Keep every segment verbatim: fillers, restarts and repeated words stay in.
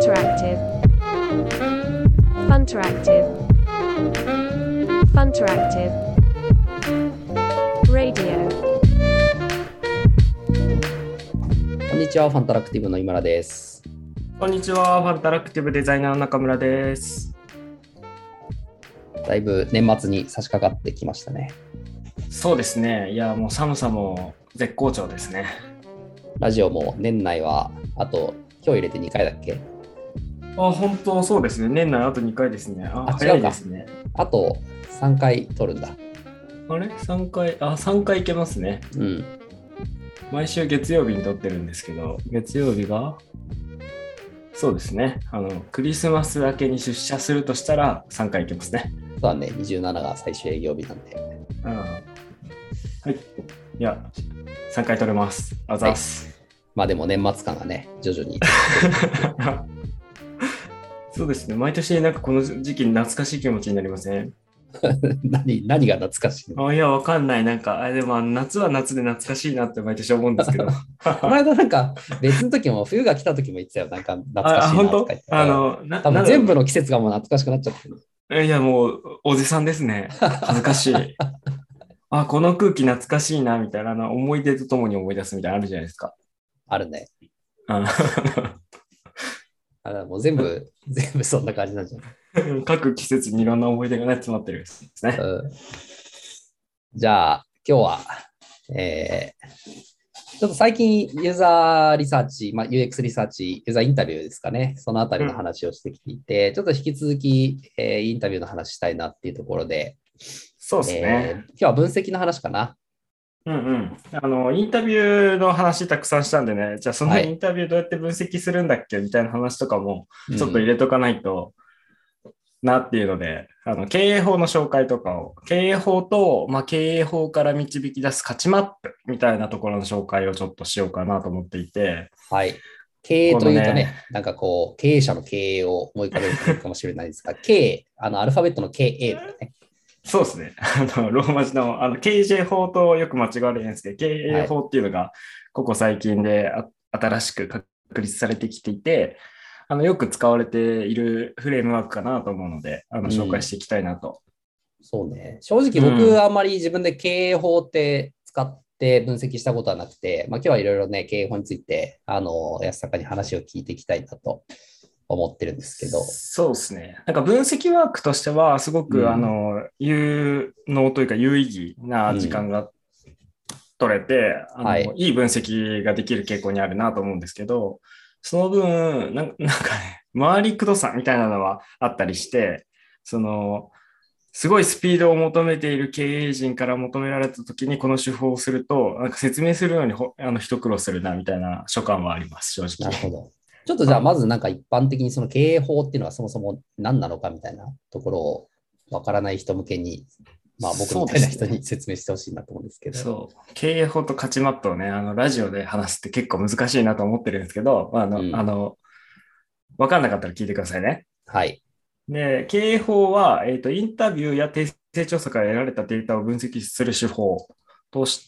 Funteractive Funteractive Funteractive Radio。 こんにちは、ファンタラクティブの今田です。 こんにちは、ファンタラクティブデザイナーの中村です。 だいぶ年末に差し掛かってきましたね。 そうですね。いや、もう寒さも絶好調ですね。 ラジオも年内はあと今日入れてにかいだっけ？ あ、本当そうですね。年内あとにかいですね。あ、 あ早いですね。 あとさんかい撮るんだ。 あれ ?さん 回、あ、さんかいいけますね。 うん。 毎週月曜日に撮ってるんですけど、月曜日がそうですね。あの、クリスマス明けに出社するとしたらさんかいいけますね。 そうだね、にじゅうしちが最終営業日なんで。 うん、はい。いや、さんかい撮れます。あざっす。 はい、まあでも年末感がね、徐々に。 そうですね。毎年なんかこの時期に懐かしい気持ちになりません？ 何、何が懐かしいの？ あ、いや、わかんない。なんか、あでも夏は夏で懐かしいなって毎年思うんですけど。 この間なんか別の時も冬が来た時も言ってたよ。なんか懐かしいなとか言って。 あ、本当？あの、な多分全部の季節がもう懐かしくなっちゃってる。 いや、もうおじさんですね。恥ずかしい。あ、この空気懐かしいなみたいな、あの思い出とともに思い出すみたいなのあるじゃないですか。 あるね。 ああもう全部、全部そんな感じなんじゃない？ 各季節にいろんな思い出が、ね、詰まってるんですね。 うん、じゃあ、今日は、えー、ちょっと最近ユーザーリサーチ、まあ、ユーエックス リサーチ、ユーザーインタビューですかね、そのあたりの話をしてきていて、うん、ちょっと引き続き、えー、インタビューの話したいなっていうところで、 そうですね、 えー。今日は分析の話かな。 うんうん。あの、インタビューの話たくさんしたんでね、じゃあそのインタビューどうやって分析するんだっけみたいな話とかもちょっと入れとかないとなっていうので、うん、あの経営法の紹介とかを、経営法と、まあ、経営法から導き出す価値マップみたいなところの紹介をちょっとしようかなと思っていて。 はい。経営というとね、ねなんかこう、経営者の経営を思い浮かべるかもしれないですが、経営、あの、アルファベットの ケーエー だよね。 そうですね。あの、ローマ字の、あの、ケージェー 法とよく間違われるんですけど、ケーエー 法っていうのが、ここ最近であ新しく確立されてきていて、あの、よく使われているフレームワークかなと思うので、あの、紹介していきたいなと。 うん、そうね。正直僕、うん、あんまり自分で経営法って使って分析したことはなくて、まあ、今日はいろいろね、経営法について、あの、安坂に話を聞いていきたいなと思ってるんですけど。 そうですね。なんか分析ワークとしては、すごく、うん、あの、有能というか有意義な時間が取れて、うん、あの、はい、いい分析ができる傾向にあるなと思うんですけど、その分、なんかね、回りくどさみたいなのはあったりして、その、すごいスピードを求めている経営陣から求められたときにこの手法をすると、なんか説明するのにほあの一苦労するなみたいな所感はあります、正直。 なるほど。ちょっとじゃあ、まずなんか一般的にその経営法っていうのはそもそも何なのかみたいなところをわからない人向けに、まあ僕みたいな人に説明してほしいなと思うんですけど。 そう。経営法と価値マップをね、あの、ラジオで話すって結構難しいなと思ってるんですけど、あの、うん、あの、わかんなかったら聞いてくださいね。 はい。 で、経営法は、えっと、インタビューや定性調査から得られたデータを分析する手法として、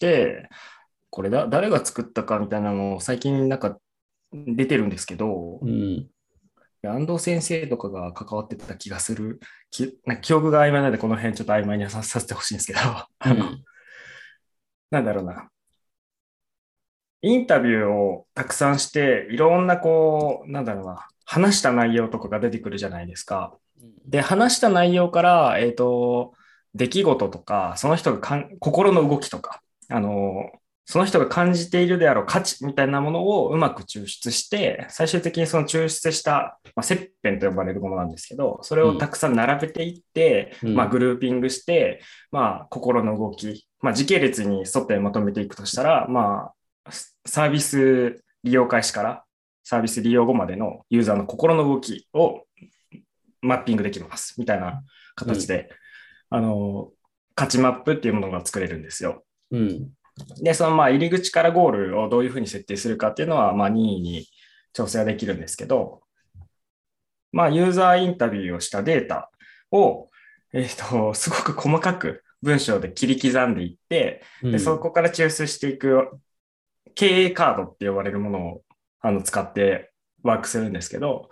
これだ、誰が作ったかみたいなのを最近なんか出てるんですけど、 うん、 安藤先生とかが関わってた気がする。きなんか記憶が曖昧なので、この辺ちょっと曖昧にさせてほしいんですけど、うん、なんだろうな。インタビューをたくさんして、いろんなこう、なんだろうな、話した内容とかが出てくるじゃないですか。で、話した内容から、えっと、出来事とか、その人がかん心の動きとか、あの、その人が感じているであろう価値みたいなものをうまく抽出して、最終的にその抽出した、まあ、切片と呼ばれるものなんですけど、それをたくさん並べていって、うん、まあ、グルーピングして、まあ、心の動き、まあ、時系列に沿ってまとめていくとしたら、まあ、サービス利用開始からサービス利用後までのユーザーの心の動きをマッピングできますみたいな形で、うん、あの価値マップっていうものが作れるんですよ。 うん、 で、そのまあ入り口からゴールをどういうふうに設定するかっていうのはまあ任意に調整はできるんですけど、まあユーザーインタビューをしたデータを、えーと、すごく細かく文章で切り刻んでいって、うん、でそこから抽出していく経営カードって呼ばれるものをあの使ってワークするんですけど、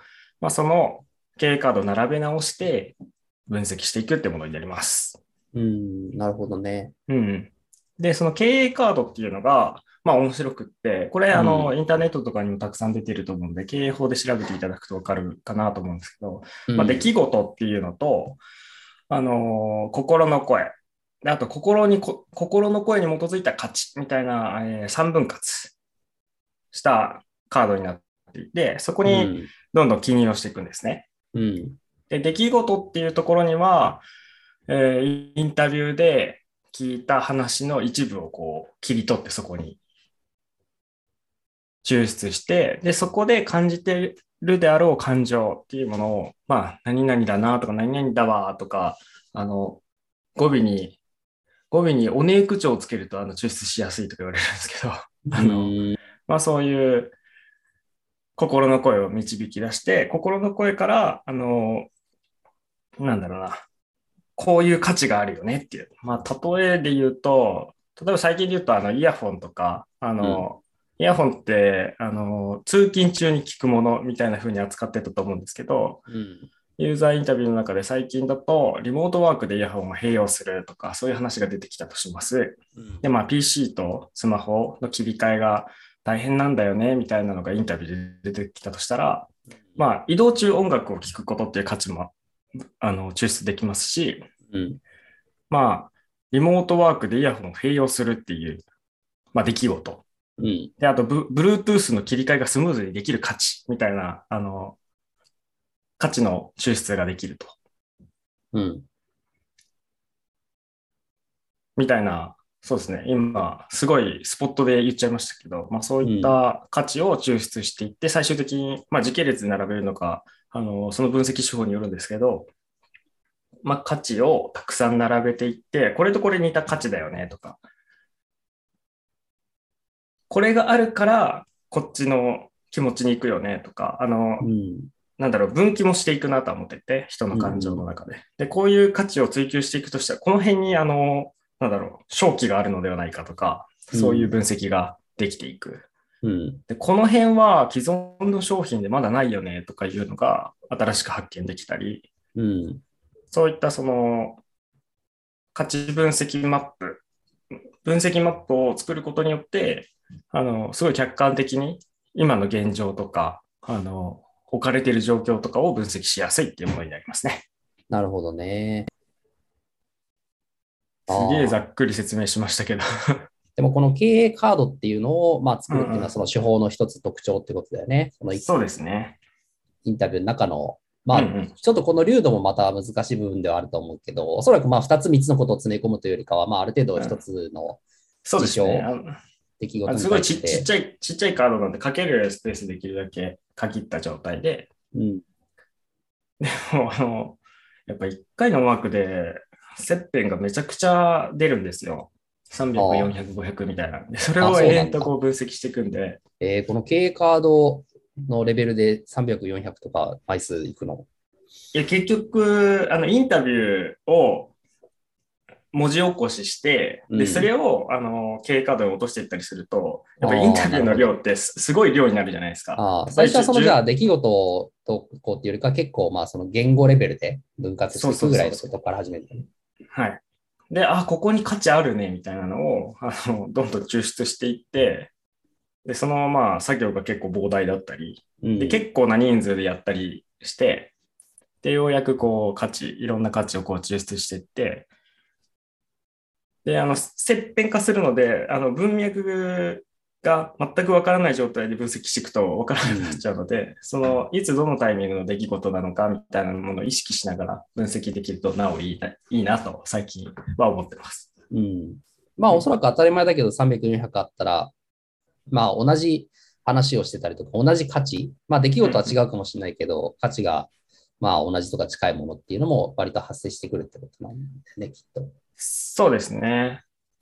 まあ、その経営カードを並べ直して分析していくってものになります。 うん、なるほどね。 うん。で、その経営カードっていうのが、まあ面白くって、これ、あの、 うん、 インターネットとかにもたくさん出てると思うので、経営法で調べていただくとわかるかなと思うんですけど、まあ、出うん、 来事っていうのと、あの、心の声、であと心にこ、心の声に基づいた価値みたいな、えー、さんぶん割したカードになっていて、そこにうん、 どんどん記入をしていくんですね。 うん、 で、出来事っていうところには、えーインタビューで聞いた話の一部をこう切り取ってそこに抽出して、で、そこで感じてるであろう感情っていうものを、まあ、何々だなとか、何々だわとか、あの、語尾に、語尾におねえ口調をつけるとあの抽出しやすいとか言われるんですけど、 うあの、 ん、 まあそういう心の声を導き出して、心の声から、あの、なんだろうな、こういう価値があるよねっていう。まあ、例えで言うと、例えば最近で言うと、あの、イヤホンとか、あうん、 の、イヤホンって、あの、通勤中に聞くものみたいな風に扱ってたと思うんですけど、 うん、 ユーザーインタビューの中で最近だと、リモートワークでイヤホンを併用するとか、そういう話が出てきたとします。 うん、 で、まあ、ピーシー とスマホの切り替えが大変なんだよね、みたいなのがインタビューで出てきたとしたら、まあ、移動中音楽を聴くことっていう価値もあの抽出できますし、 うん、 まあ、リモートワークでイヤホンを併用するっていう、まあ、出来事。 うん、 で、あと、Bluetooth の切り替えがスムーズにできる価値みたいな、あの、価値の抽出ができると。 うん、 みたいな、そうですね。今、すごいスポットで言っちゃいましたけど、まあ、そういっうん、 た価値を抽出していって、最終的に、まあ、時系列で並べるのか、あの、その分析手法によるんですけど、まあ、価値をたくさん並べていって、これとこれ似た価値だよねとか、これがあるから、こっちの気持ちに行くよねとか、あの、 うん、 なんだろう、分岐もしていくなと思ってて、人のうん、 感情うん、 の中で。で、こういう価値を追求していくとしたら、この辺に、あの、なんだろう、正気があるのではないかとか、そういう分析ができていく。 うん、 で、この辺は既存の商品でまだないよねとかいうのが新しく発見できたり、 うん、 そういったその価値分析マップ、分析マップを作ることによって、あの、すごい客観的に今の現状とか、あの、置かれている状況とかを分析しやすいっていうものになりますね。 なるほどね。 すげえざああ。 っくり説明しましたけど。 でもこの経営カードっていうのを、まあ、 うん作るっていうのはそうん。 の手法の一つ特徴ってことだよね。そのイそうですね。 ンタビューの中の、まあ、 うんうん。 ちょっとこの流度もまた難しい部分ではあると思うけど、おそらくまあふたつみっつのことを詰め込むというよりかは、まあ、ある程度一うん、 つのそうですね。 事象、 あの出来事にあすごいち、ちっ対して、 ちゃい、ちっちゃいカードなんで書けるスペースできるだけ限った状態で、 うん、 もうあの、やっぱいっかいのワークで切片がめちゃくちゃ出るんですよ。さんびゃく、 あよんひゃく、ごひゃくみたいな。で、それあ、あ、 を延々とそうなんだ。 こう分析していくんで、 えーこの経営カードのレベルでさんびゃく、よんひゃくとか枚数いくの？ いや結局、あの、インタビューを文字起こしして、で、そうん。 れを、あの、経営カードに落としていったりすると、やっぱりインああ、 タビューのなるほど。 量ってすすごい量になるじゃないですか。 ああ、 やっぱり最初はそのじゃあじゅ出来事とこうっていうよりか結構まあその言語レベルで分割しそうていくそうそうそう。 ぐらいのことから始める、ね。 はい。で、あ、ここに価値あるね、みたいなのを、あの、どんどん抽出していって、で、そのまあ作業が結構膨大だったり、で、 うん。 結構な人数でやったりして、で、ようやくこう価値、いろんな価値をこう抽出していって、で、あの、切片化するので、あの、文脈が全くわからない状態で分析していくとわからなくなっうん。 ちゃうので、その、いつどのタイミングの出来事なのかみたいなものを意識しながら分析できるとなおいいな、いいなと最近は思ってます。 うん。まあおそらく当たり前だけどさんびゃく、よんひゃくあったら、まあ同じ話をしてたりとか、同じ価値、まあ出来事は違うんうん、 うかもしれないけど、価値がまあ同じとか近いものっていうのも割と発生してくるってことなんだよね、きっと。 そうですね。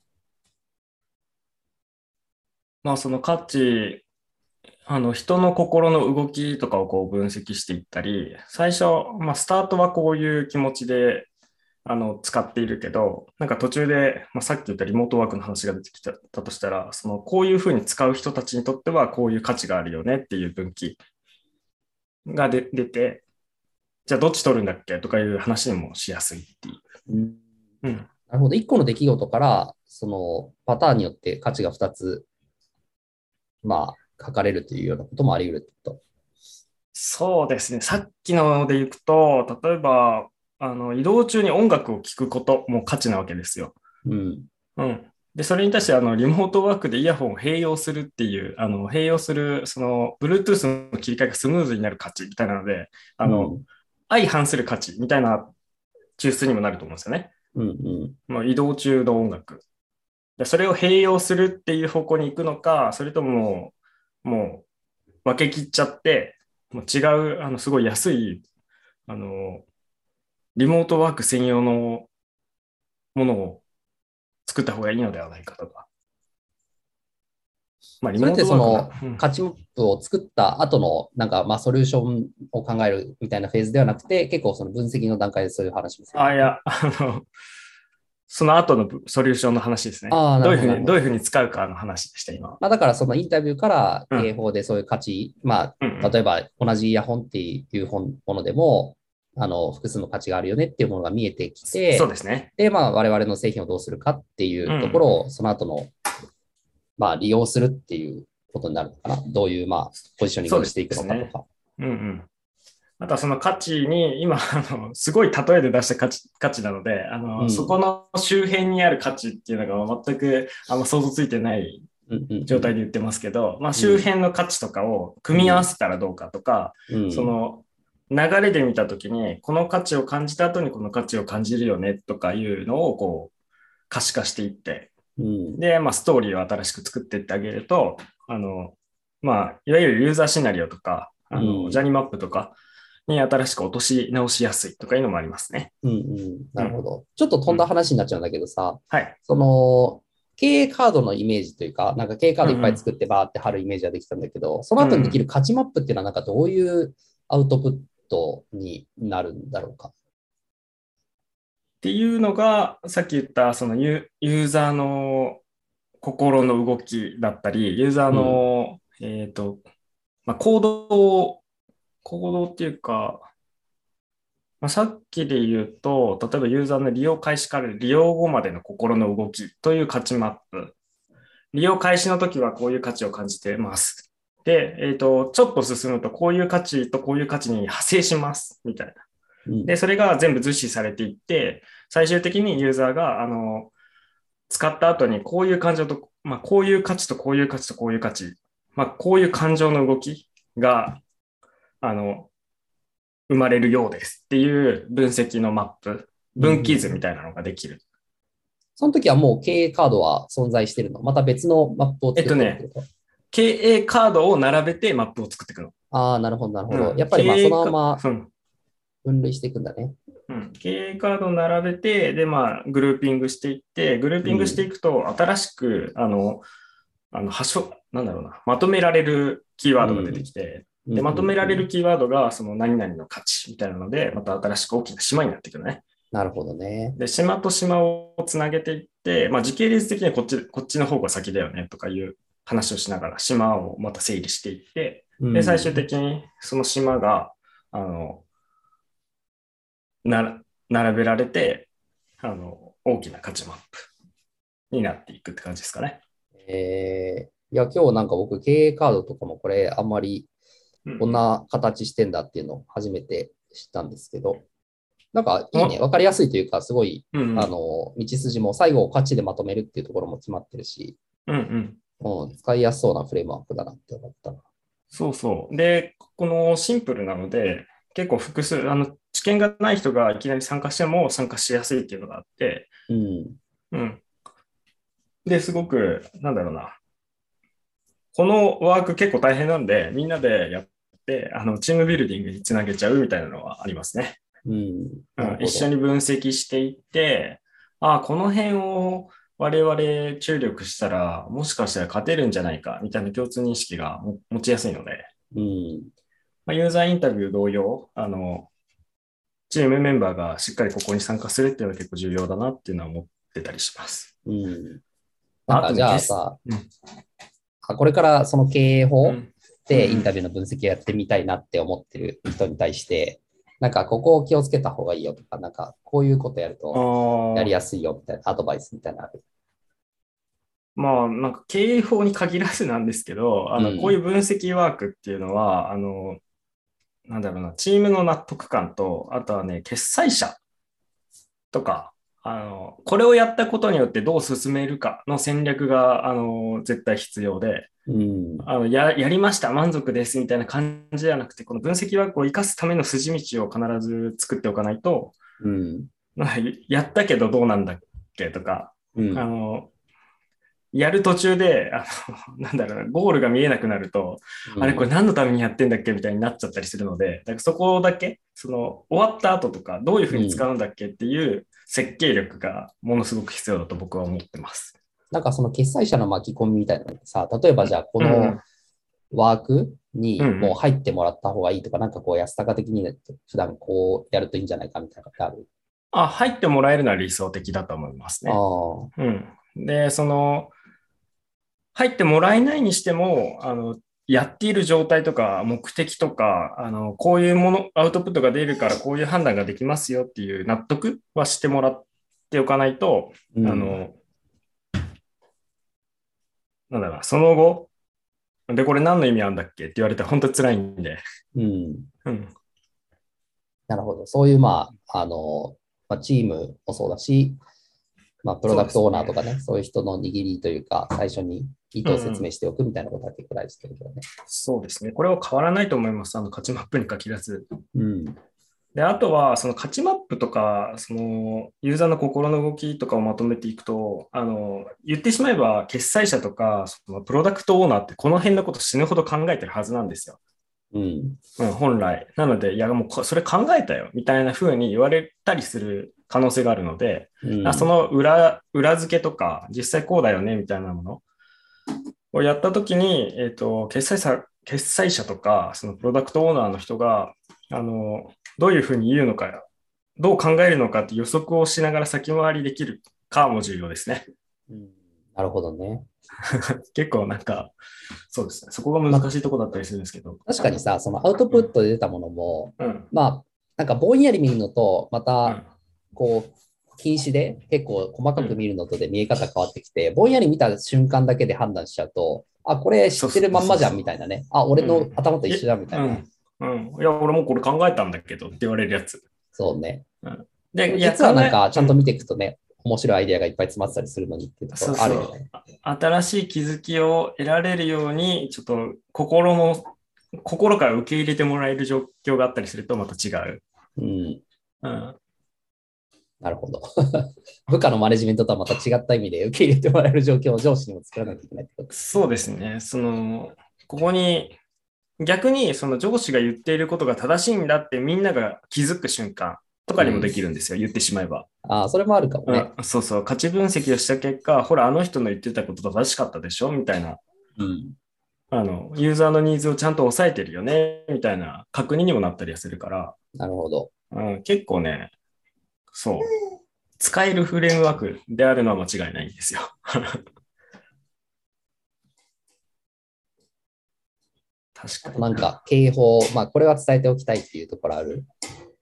まあその価値、あの人の心の動きとかをこう分析していったり、最初、まあ、スタートはこういう気持ちであの使っているけど、なんか途中で、まあ、さっき言ったリモートワークの話が出てきたとしたら、そのこういうふうに使う人たちにとってはこういう価値があるよねっていう分岐がで出て、じゃあどっち取るんだっけとかいう話にもしやすいっていう。 うん、 うん、 なるほど。いっこの出来事から、そのパターンによって価値がふたつ、まあ、書かれるというようなこともあり得るってこと。 そうですね。さっきのでいくと、例えば、あの移動中に音楽を聴くことも価値なわけですよ。 うん。 うん。で、それに対してあのリモートワークでイヤホンを併用するっていう、あの併用する、その Bluetooth の切り替えがスムーズになる価値みたいなので、あの、 うん。 相反する価値みたいな抽出にもなると思うんですよね。 うん。うん。 もう移動中の音楽。でそれを併用するっていう方向に行くのか、それとももう分け切っちゃって、もう違う、あのすごい安い、あの、リモートワーク専用のものを作った方がいいのではないかとか。まあ、リモーそれってトワークな。 そのうん、 価値マップを作った後のなんかまあソリューションを考えるみたいなフェーズではなくて、結構その分析の段階でそういう話もする。 あ、いや、あの、その後のソリューションの話ですね。 ああ、なるほど、 どういうふうに、 なるほど。 どういうふうに使うかの話でした、今。 まあ、だからそのインタビューからうん。 警報でそういう価値、まあ、 うんうん。 例えば同じイヤホンっていう本ものでも、あの、複数の価値があるよねっていうものが見えてきて、 そうですね。 で、まあ、我々の製品をどうするかっていうとこうん。 ろを、その後の、まあ、利用するっていうことになるのかな。どういう、まあ、ポジショニンそうでグにしていくのすね。 かとか。 うんうん。あとはその価値に、今、あの、すごい例えで出した価値、価値なので、あの、そこうん。 の周辺にある価値っていうのが全くあの想像ついてないうんうんうん。 状態で言ってますけど、まあ、周うん。 辺の価値とかを組み合わうん。 せたらどうかとか、 うん。 その流れで見たときに、この価値を感じた後にこの価値を感じるよねとかいうのをこう可視化していって、 うん。 で、まあ、ストーリーを新しく作っていってあげると、あの、まあ、いわゆるユーザーシナリオとか、あの、ジャーニーマップとかに新しく落とし直しやすいとかいうのもありますね。 うん。うん。 うん。 なるほど。ちょっと飛んだうん。 話になっちゃうんだけどさ、 はい。 その、経営カードのイメージというか、なんか経営カードいっぱいうんうん。 作ってバーって貼るイメージができたんだけど、その後にできうん。 る価値マップっていうのはなんかどういうアウトプットになるんだろうか。 っていうのが、さっき言った、そのユユーザーの心の動きだったり、ユーザーうん。 の、えっと、まあ、行動、行動っていうか、まあ、さっきで言うと、例えばユーザーの利用開始から利用後までの心の動きという価値マップ。利用開始の時はこういう価値を感じてます。で、えっと、ちょっと進むとこういう価値とこういう価値に派生します。みたいな。 うん。 で、それが全部図示されていって、最終的にユーザーが、あの、使った後にこういう感情と、まあ、こういう価値とこういう価値とこういう価値、まあ、こういう感情の動きが、あの、生まれるようですっていう分析のマップ、 うん。う分岐図みん。 たいなのができる。 その時はもう経営カードは存在してるの？また別のマップを作っえっとね、 てるってこと？ 経営カードを並べてマップを作っていくの。 ああー、なるほど、なるほど。やうん。 っぱりまあそ経営か、 のままうん。 分類していくんだね。 うん、経営カードを並べて、で、まあ、グルーピングしていって、グルーピングしてうん。 いくと、新しく、あの、あの、はしょ、なんだろうな、まとめられるキーワードが出てうん。 きて、 うん。 で、まとめらうん。うん。 れるキーワードが、その何々の価値みたいなので、また新しく大きな島になっていくのね。 なるほどね。 で、島と島をつなげていって、まあ、時系列的にはこっち、こっちの方が先だよねとかいう話をしながら、島をまた整理していって、 うで、最終ん。 的にその島が、あの、な、並べられて、あの、大きな価値マップになっていくって感じですかね。 えー、いや、今日なんか僕経営カードとかもこれあんまりこんうんな形してんだっていうのを初めて知ったんですけど、なんかうん。 いいね。わかりやすいというか、すごい、あの、 うんうん。 道筋も最後を価値でまとめるっていうところも決まってるし、 うんうん。 うん、使いやすそうなフレームワークだなって思ったな。 そうそう。で、このシンプルなので、結構複数、あの、知見がない人がいきなり参加しても参加しやすいっていうのがあって、 うん。 うん。で、すごく、なんだろうな。このワーク結構大変なんで、みんなでやって、あの、チームビルディングにつなげちゃうみたいなのはありますね。 うん。 うん、一なるほど。 緒に分析していって、ああ、この辺を我々注力したら、もしかしたら勝てるんじゃないか、みたいな共通認識が持ちやすいので、 うん。 まあ、ユーザーインタビュー同様、あの、チームメンバーがしっかりここに参加するっていうのは結構重要だなっていうのは思ってたりします。 うん。なんかじああとね、ゲス、 ゃあさ、 うん、 あこれからその経営法うん、 ってインタビューの分析をやってみたいなって思ってる人に対して、なんかここを気をつけた方がいいよとか、なんかこういうことやるとやりやすいよみたいなアドバイスみたいなのある。 まあ、なんか経営法に限らずなんですけど、あの、こういう分析ワークっていうのは、あの、なんだろうな、チームの納得感と、あとはね、決裁者とか、あの、これをやったことによってどう進めるかの戦略が、あの、絶対必要で、 うん、 あのや、やりました、満足ですみたいな感じじゃなくて、この分析ワークを生かすための筋道を必ず作っておかないと、 うん、 なんかやったけどどうなんだっけとか、 うん、 あの、やる途中で、あの、なんだろうな、ゴールが見えなくなると、 うん、 あれこれ何のためにやってんだっけみたいになっちゃったりするので、だからそこだけ、その終わった後とか、どういうふうに使うんだっけっていう設計力がものすごく必要だと僕は思ってます。 なんかその決済者の巻き込みみたいなのさ、例えばじゃあこのワークにもう入ってもらった方がいいとか、なんかこう安高的に普段こうやるといいんじゃないかみたいなのってある？ あ、入ってもらえるのは理想的だと思いますね。 ああ。 うん。で、その、入ってもらえないにしても、あの、やっている状態とか目的とか、あの、こういうもの、アウトプットが出るからこういう判断ができますよっていう納得はしてもらっておかないと、 うん、 あの、なんだろうな、その後、で、これ何の意味あるんだっけって言われたら本当に辛いんで。 うん。 うん。 なるほど。そういう、まあ、あの、まあ、チームもそうだし、まあ、プロダクトオーナーとかね、そういう人の握りというか、最初に意図を説明しておくみたいなことは結構大事ってことだね。 そうですね。これは変わらないと思います。あの、価値マップに限らず。 うん。 で、あとは、その価値マップとか、その、ユーザーの心の動きとかをまとめていくと、あの、言ってしまえば、決済者とか、そのプロダクトオーナーってこの辺のこと死ぬほど考えてるはずなんですよ。 うん。 うん、本来。なので、いや、もうそれ考えたよ、みたいな風に言われたりする可能性があるので、 うん。 その裏、裏付けとか、実際こうだよね、みたいなものをやったときに、えっと、決済者、決済者とか、そのプロダクトオーナーの人が、あの、どういうふうに言うのか、どう考えるのかって予測をしながら先回りできるかも重要ですね。 うん、なるほどね。 結構なんか、そうですね。そこが難しいところだったりするんですけど。 確かにさ、そのアウトプットで出たものも、 うん。 まあ、なんかぼんやり見るのと、また、 うん。 こう、近視で結構細かくうん。 見るのとで見え方変わってきて、ぼんやり見た瞬間だけで判断しちゃうと、あ、これ知ってるまんまじゃんみたいなね。あ、俺の頭と一緒じゃんみたいな。 うん。うん。いや、俺もこれ考えたんだけどって言われるやつ。 そうね。 うん、で、いや、 実はなんか、ちゃんと見て、 ていくとね、うん、面白いアイデアがいっぱい詰まってたりするのにっていうところあるよね。 そうそう。新しい気づきを得られるように、ちょっと心の、心から受け入れてもらえる状況があったりするとまた違う。 うん。 うん、 なるほど。部下のマネジメントとはまた違った意味で受け入れてもらえる状況を上司にも作らないといけないってこと。 そうですね。その、ここに、逆にその上司が言っていることが正しいんだってみんなが気づく瞬間とかにもできるんですよ。うん、言ってしまえば。 ああ、それもあるかもね、 うん。そうそう。価値分析をした結果、ほら、あの人の言ってたこと正しかったでしょみたいな。 うん。 あの、ユーザーのニーズをちゃんと抑えてるよねみたいな確認にもなったりするから。 なるほど。 うん、結構ね、そう。使えるフレームワークであるのは間違いないんですよ。確かに。 なんか、警報、まあ、これは伝えておきたいっていうところある？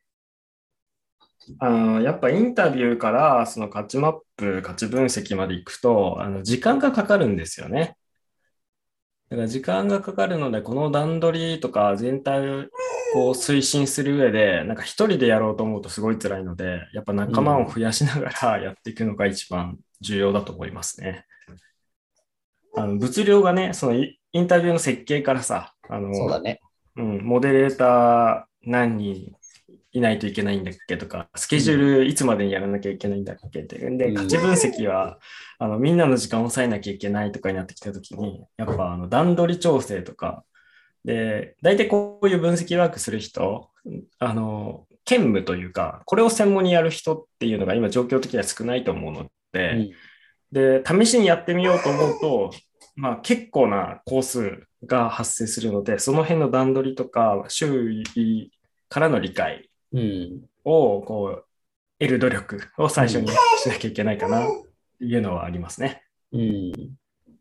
あのやっぱインタビューからその価値マップ、価値分析まで行くと、あの時間がかかるんですよね。だから時間がかかるので、この段取りとか全体をこう推進する上で、なんか一人でやろうと思うとすごい辛いので、やっぱ仲間を増やしながらやっていくのが一番重要だと思いますね。あの物量がね、そのインタビューの設計からさ、あの、 そうだね。 うん、モデレーター何人いないといけないんだっけとか、スケジュールいつまでにやらなきゃいけないんだっけって。で、 うん、 価値分析は、あの、みんなの時間を抑えなきゃいけないとかになってきたときに、やっぱあの段取り調整とか、で、大体こういう分析ワークする人、あの、兼務というか、これを専門にやる人っていうのが今状況的には少ないと思うので、うんで、試しにやってみようと思うと、まあ結構な工数が発生するので、その辺の段取りとか、周囲からの理解をこう得る努力を最初にしなきゃいけないかなっていうのはありますね。 うん。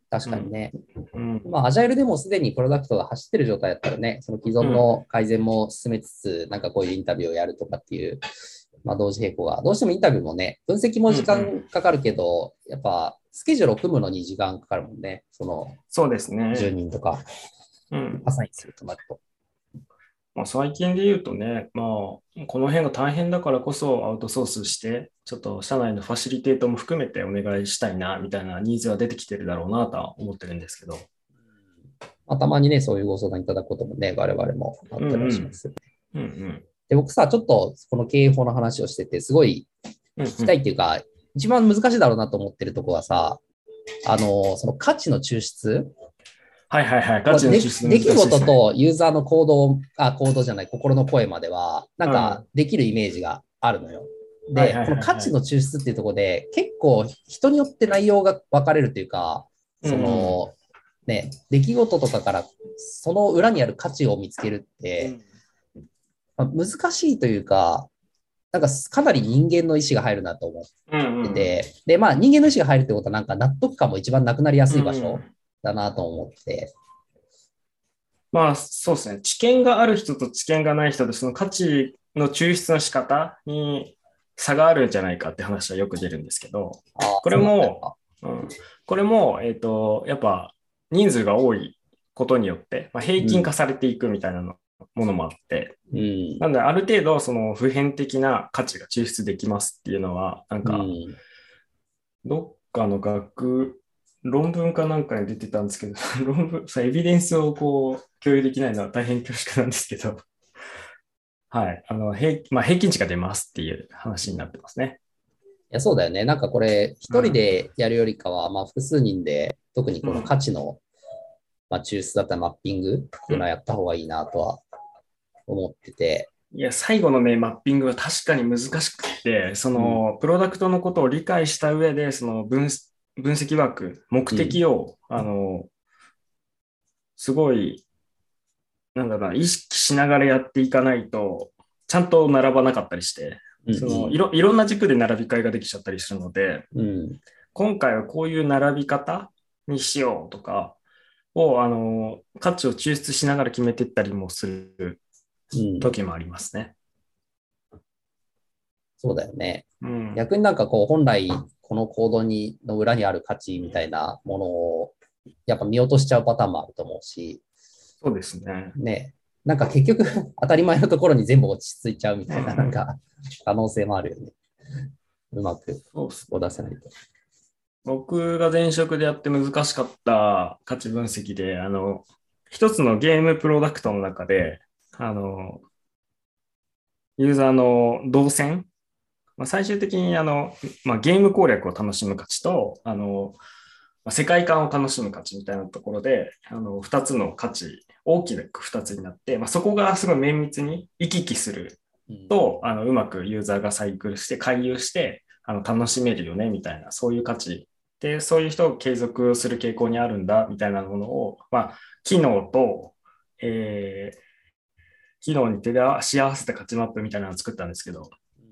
確かにね。 うん。 まあ、アジャイルでもすでにプロダクトが走ってる状態だったらね、その既存の改善も進めつつ、なんかこういうインタビューをやるとかっていう、まあ、同時並行が、どうしてもインタビューもね、分析も時間かかるけど、やっぱスケジュールを組むのに時間かかるもんね、そのそうですね。 じゅうにんとか、 うん。 アサインするとなると。 まあ、最近で言うとね、まあ、この辺が大変だからこそアウトソースして、ちょっと社内のファシリテートも含めてお願いしたいな、みたいなニーズは出てきてるだろうなとは思ってるんですけど。 まあ、たまにね、そういうご相談いただくこともね、我々もあったりはします。 うんうん。 で、僕さ、ちょっとこの経営法の話をしてて、すごい聞きたいっていうか、一番難しいだろうなと思ってるところはさ、あの、その価値の抽出。 はいはいはい。価値の抽出出来事とユーザーの行動、あ、行動じゃない、心の声までは、なんかできるイメージがあるのよ。で、この価値の抽出っていうところで、結構人によって内容が分かれるというか、その、ね、出来事とかからその裏にある価値を見つけるって、まあ、難しいというか、なんかかなり人間の意思が入るなと思ってて、で、まあ人間の意思が入るってことはなんか納得感も一番なくなりやすい場所だなと思って。 まあそうですね。知見がある人と知見がない人で、その価値の抽出の仕方に差があるんじゃないかって話はよく出るんですけど、これも、うん、これも、えっと、やっぱ人数が多いことによって、まあ、平均化されていくみたいなの、ものもあって、 うん、 なのである程度その普遍的な価値が抽出できますっていうのは、なんか、どっかの学、論文かなんかに出てたんですけど、論文、さ、エビデンスをこう共有できないのは大変恐縮なんですけど、はい、あの平、まあ、平均値が出ますっていう話になってますね。 いや、そうだよね。なんかこれ、一人でやるよりかは、うん、まあ、複数人で、特にこの価値の、うん、まあ、抽出だったらマッピングっていうのはやった方がいいなとは思ってて。 いや、最後のね、マッピングは確かに難しくて、その、うん、プロダクトのことを理解した上で、その分、分析枠、目的を、うん、あの、すごい、なんだろうな、意識しながらやっていかないと、ちゃんと並ばなかったりして、うんうん、そのいろいろんな軸で並び替えができちゃったりするので、 うん、 今回はこういう並び方にしようとかを、あの、価値を抽出しながら決めていったりもする時もありますね。 うん、そうだよね。 うん、 逆になんかこう、本来この行動にの裏にある価値みたいなものを、やっぱ見落としちゃうパターンもあると思うし。 そうですね。 ね。なんか結局、当たり前のところに全部落ち着いちゃうみたいな、なんか、可能性もあるよね。うまく出せないと。 僕が前職でやって難しかった価値分析で、あの、一つのゲームプロダクトの中で、あの、ユーザーの動線、まあ、最終的にあの、まあ、ゲーム攻略を楽しむ価値と、あの、まあ、世界観を楽しむ価値みたいなところで、あの、二つの価値、大きく二つになって、まあ、そこがすごい綿密に行き来すると、うん、あの、うまくユーザーがサイクルして、回遊して、あの、楽しめるよね、みたいな、そういう価値で、そういう人を継続する傾向にあるんだ、みたいなものを、まあ、機能と、えー、機能に照らし合わせた価値マップみたいなのを作ったんですけど、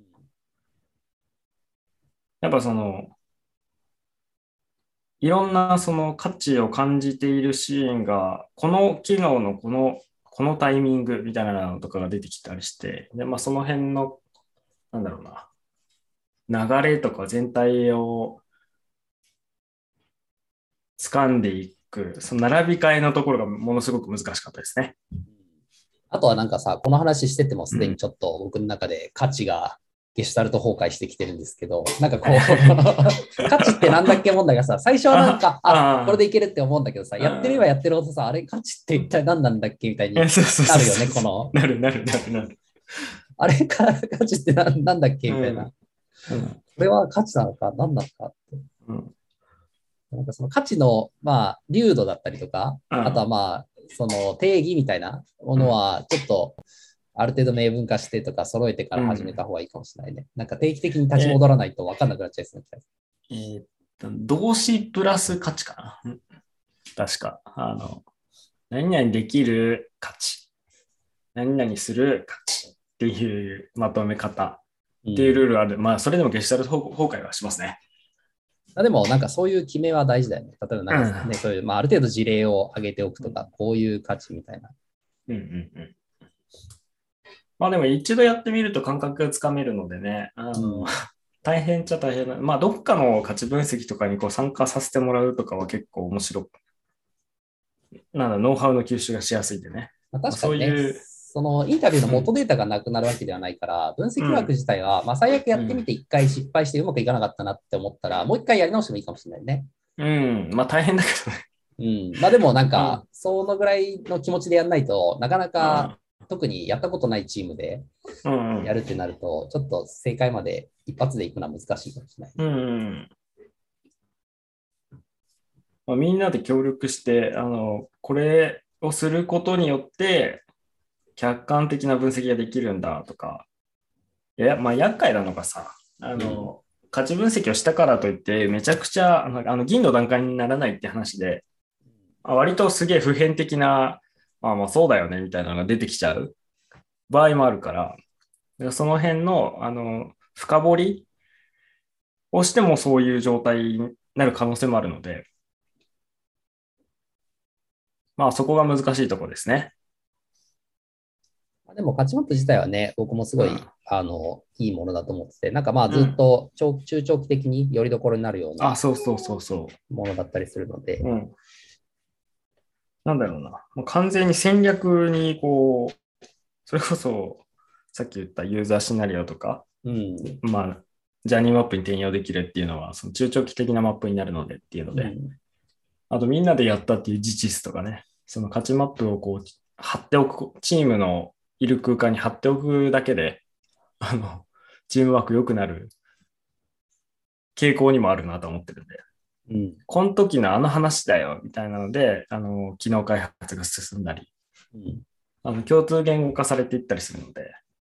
やっぱその、いろんなその価値を感じているシーンが、この機能のこの、このタイミングみたいなのとかが出てきたりして、で、まあその辺の、なんだろうな、流れとか全体を掴んでいく、その並び替えのところがものすごく難しかったですね。 あとはなんかさ、この話しててもすでにちょっと僕の中で価値がゲシュタルト崩壊してきてるんですけど、なんかこう、価値ってなんだっけ問題がさ、最初はなんか、あ、これでいけるって思うんだけどさ、やってればやってるほどさ、あれ価値って一体何なんだっけみたいになるよね、この。 なるなるなるなる。 あれか、価値って何なんだっけみたいな。うん、これは価値なのか何なのかって。うんなんかその価値の、まあ、流度だったりとか、うん、あとはまあ、その定義みたいなものは、ちょっと、ある程度明文化してとか揃えてから始めた方がいいかもしれないね。うん、なんか定期的に立ち戻らないと分かんなくなっちゃいそうな気がする。えー、っと、動詞プラス価値かな。確か。あの、何々できる価値。何々する価値っていうまとめ方っていうルールある。うん、まあ、それでもゲシュタルト崩壊はしますね。 あでもなんかそういう決めは大事だよね。例えばなんかね、 うんそういう、まあ、ある程度事例を上げておくとか、こういう価値みたいな。 うんうんうん。まあでも一度やってみると感覚がつかめるのでね、あの、 うん、 大変っちゃ大変な。まあどっかの価値分析とかにこう参加させてもらうとかは結構面白く、なんだ、ノウハウの吸収がしやすいんでね。 まあ、 まあ、 確かにね、 そういう、 そのインタビューのうん、 元データがなくなるわけではないから、分析うん、 枠自体は、まあ、最悪やってみうん、 て一回失敗してうまくいかなかったなって思ったら、もう一回やり直してもいいかもしれないね。 うん、まあ大変だけどね。 うん。まあでもなんか、 うん、 そのぐらいの気持ちでやんないとなかなか、 うん、 特にやったことないチームでうん、 やるってなると、ちょっと正解まで一発でいくのは難しいかもしれない。 うん。まあ、みんなで協力して、あの、これをすることによって、客観的な分析ができるんだとか、いや、まあ、厄介なのがさ、あうん。 の、価値分析をしたからといって、めちゃくちゃ、あの、あの銀の段階にならないって話で、あ割とすげえ普遍的な、まあまあそうだよねみたいなのが出てきちゃう場合もあるから、でその辺の、あの、深掘りをしてもそういう状態になる可能性もあるので、まあそこが難しいところですね。 でも、勝ちマップ自体はね、僕もすごい、 うん。 あの、いいものだと思ってて、なんかまあずっうん。 と長中長期的によりどころになるようあ、 なそうそうそうそものだったりするので、 う。うん。なんだろうな。もう完全に戦略にこう、それこそさっき言ったユーザーシナリオとか、 うん、 まあ、ジャーニーマップに転用できるっていうのは、その中長期的なマップになるのでっていうので、 うん、 あとみんなでやったっていう事実とかね、その勝ちマップをこう貼っておく、チームのいる空間に貼っておくだけで、あの、チームワーク良くなる傾向にもあるなと思ってるんで、 うん、 この時のあの話だよみたいなので、あの、機能開発が進んだり、 うん。 あの共通言語化されていったりするので、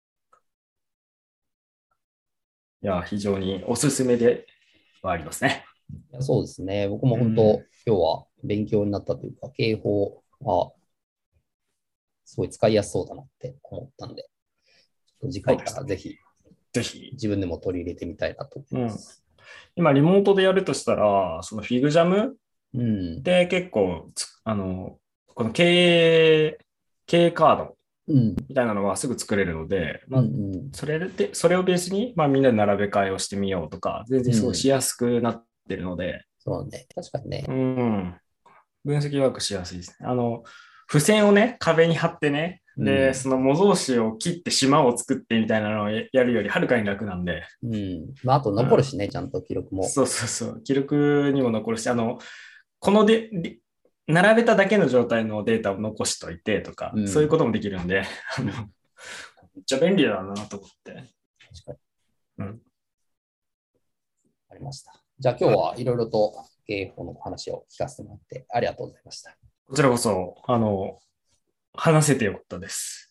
いや、非常におすすめではありますね。 いやそうですね。僕も本当、 うん。 今日は勉強になったというか、警報はすごい使いやすそうだなって思ったんで、ちょっと次回そうですね。 からぜひぜひ。 自分でも取り入れてみたいなと思いうん。 ます。 今、リモートでやるとしたら、そのフィグジャムうん、 で結構あの、この経営、経営カードうん、 みたいなのはすぐ作れるので、 うん、 まあ、 うん。 それで、それをベースに、まあ、みんなで並べ替えをしてみようとか、全然すごいうん、 しやすくなってるので、 そうね。確かにね。 うん、分析ワークしやすいですね。あの、付箋をね、壁に貼ってね、で、 うん、 その模造紙を切って島を作ってみたいなのをやるよりはるかに楽なんで、 うん。まあ、あとうん、 残るしね、ちゃんと記録も。 そうそうそう、記録にも残るし、あの、こので、で並べただけの状態のデータを残しといてとか、そういううん。 こともできるんで、あのめっちゃ便利だなと思って。 確かにうん、 ありました。じゃあ今日はいろいろと経営法の話を聞かせてもらってありがとうございました。 こちらこそ、あの、話せてよかったです。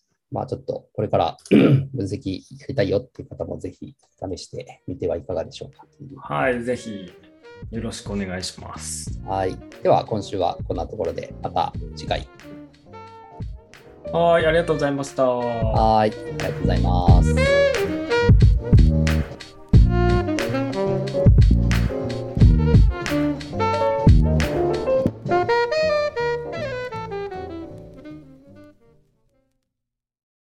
まあちょっとこれから分析やりたいよっていう方もぜひ試してみてはいかがでしょうか。 はい、ぜひよろしくお願いします。 はい。では今週はこんなところでまた次回。 はい、ありがとうございました。 はい。ありがとうございます。